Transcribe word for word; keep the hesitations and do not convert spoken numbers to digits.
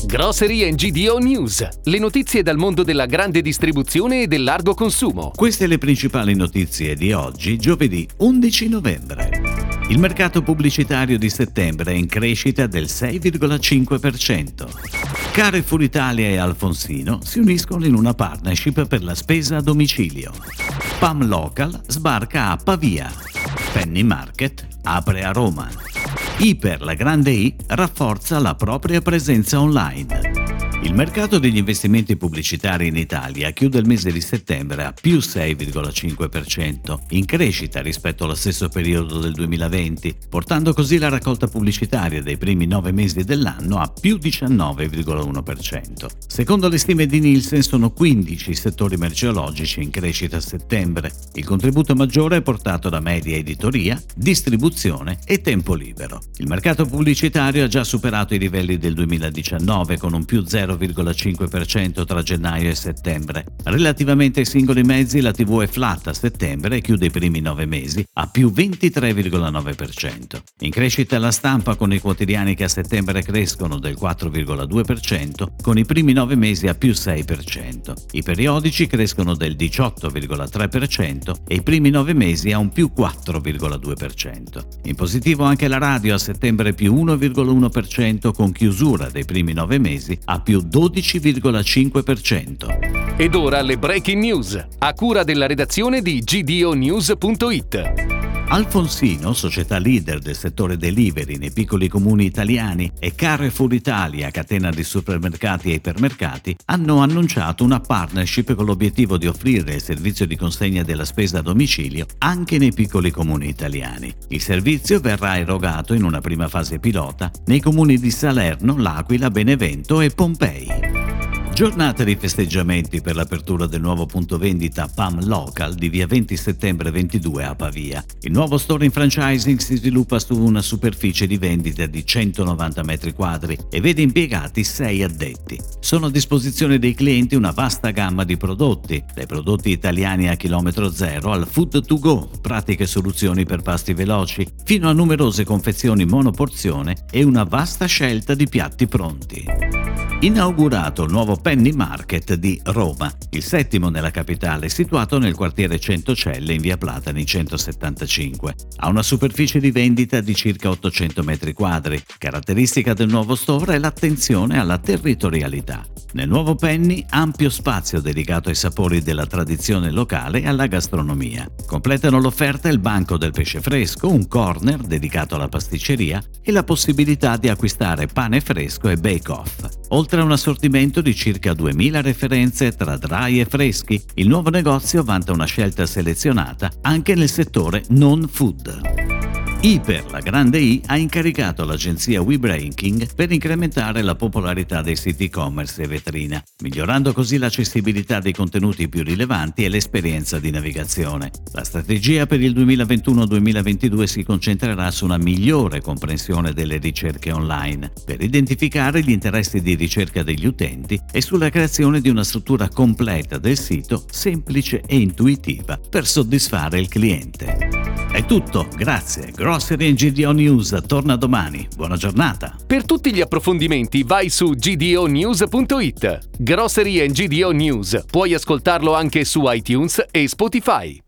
Grocery and G D O News, le notizie dal mondo della grande distribuzione e del largo consumo. Queste le principali notizie di oggi, giovedì undici novembre. Il mercato pubblicitario di settembre è in crescita del sei virgola cinque per cento. Carrefour Italia e Alfonsino si uniscono in una partnership per la spesa a domicilio. Pam Local sbarca a Pavia. Penny Market apre a Roma. Iper, la grande I, rafforza la propria presenza online. Il mercato degli investimenti pubblicitari in Italia chiude il mese di settembre a più sei virgola cinque per cento, in crescita rispetto allo stesso periodo del duemilaventi, portando così la raccolta pubblicitaria dei primi nove mesi dell'anno a più diciannove virgola uno per cento. Secondo le stime di Nielsen sono quindici i settori merceologici in crescita a settembre. Il contributo maggiore è portato da media editoria, distribuzione e tempo libero. Il mercato pubblicitario ha già superato i livelli del duemiladiciannove con un più zero virgola cinque per cento tra gennaio e settembre. Relativamente ai singoli mezzi, la tivù è flat a settembre e chiude i primi nove mesi a più ventitré virgola nove per cento. In crescita la stampa con i quotidiani che a settembre crescono del quattro virgola due per cento, con i primi nove mesi a più sei per cento. I periodici crescono del diciotto virgola tre per cento e i primi nove mesi a un più quattro virgola due per cento. In positivo anche la radio a settembre più uno virgola uno per cento con chiusura dei primi nove mesi a più dodici virgola cinque per cento. Ed ora le breaking news, a cura della redazione di G D O News punto it. Alfonsino, società leader del settore delivery nei piccoli comuni italiani, e Carrefour Italia, catena di supermercati e ipermercati, hanno annunciato una partnership con l'obiettivo di offrire il servizio di consegna della spesa a domicilio anche nei piccoli comuni italiani. Il servizio verrà erogato in una prima fase pilota nei comuni di Salerno, L'Aquila, Benevento e Pompei. Giornata di festeggiamenti per l'apertura del nuovo punto vendita Pam Local di via venti settembre ventidue a Pavia. Il nuovo store in franchising si sviluppa su una superficie di vendita di centonovanta metri quadri e vede impiegati sei addetti. Sono a disposizione dei clienti una vasta gamma di prodotti, dai prodotti italiani a chilometro zero al food to go, pratiche soluzioni per pasti veloci, fino a numerose confezioni monoporzione e una vasta scelta di piatti pronti. Inaugurato il nuovo Penny Market di Roma, il settimo nella capitale, situato nel quartiere Centocelle in via Platani centosettantacinque. Ha una superficie di vendita di circa ottocento metri quadri. Caratteristica del nuovo store è l'attenzione alla territorialità. Nel nuovo Penny, ampio spazio dedicato ai sapori della tradizione locale e alla gastronomia. Completano l'offerta il banco del pesce fresco, un corner dedicato alla pasticceria e la possibilità di acquistare pane fresco e bake-off. Oltre a un assortimento di circa duemila referenze tra dry e freschi, il nuovo negozio vanta una scelta selezionata anche nel settore non food. Iper, la grande I, ha incaricato l'agenzia WeBranking per incrementare la popolarità dei siti e-commerce e vetrina, migliorando così l'accessibilità dei contenuti più rilevanti e l'esperienza di navigazione. La strategia per il duemilaventuno duemilaventidue si concentrerà su una migliore comprensione delle ricerche online, per identificare gli interessi di ricerca degli utenti e sulla creazione di una struttura completa del sito, semplice e intuitiva, per soddisfare il cliente. È tutto, grazie. Grocery and G D O News torna domani. Buona giornata. Per tutti gli approfondimenti vai su G D O News punto it. Grocery and G D O News. Puoi ascoltarlo anche su iTunes e Spotify.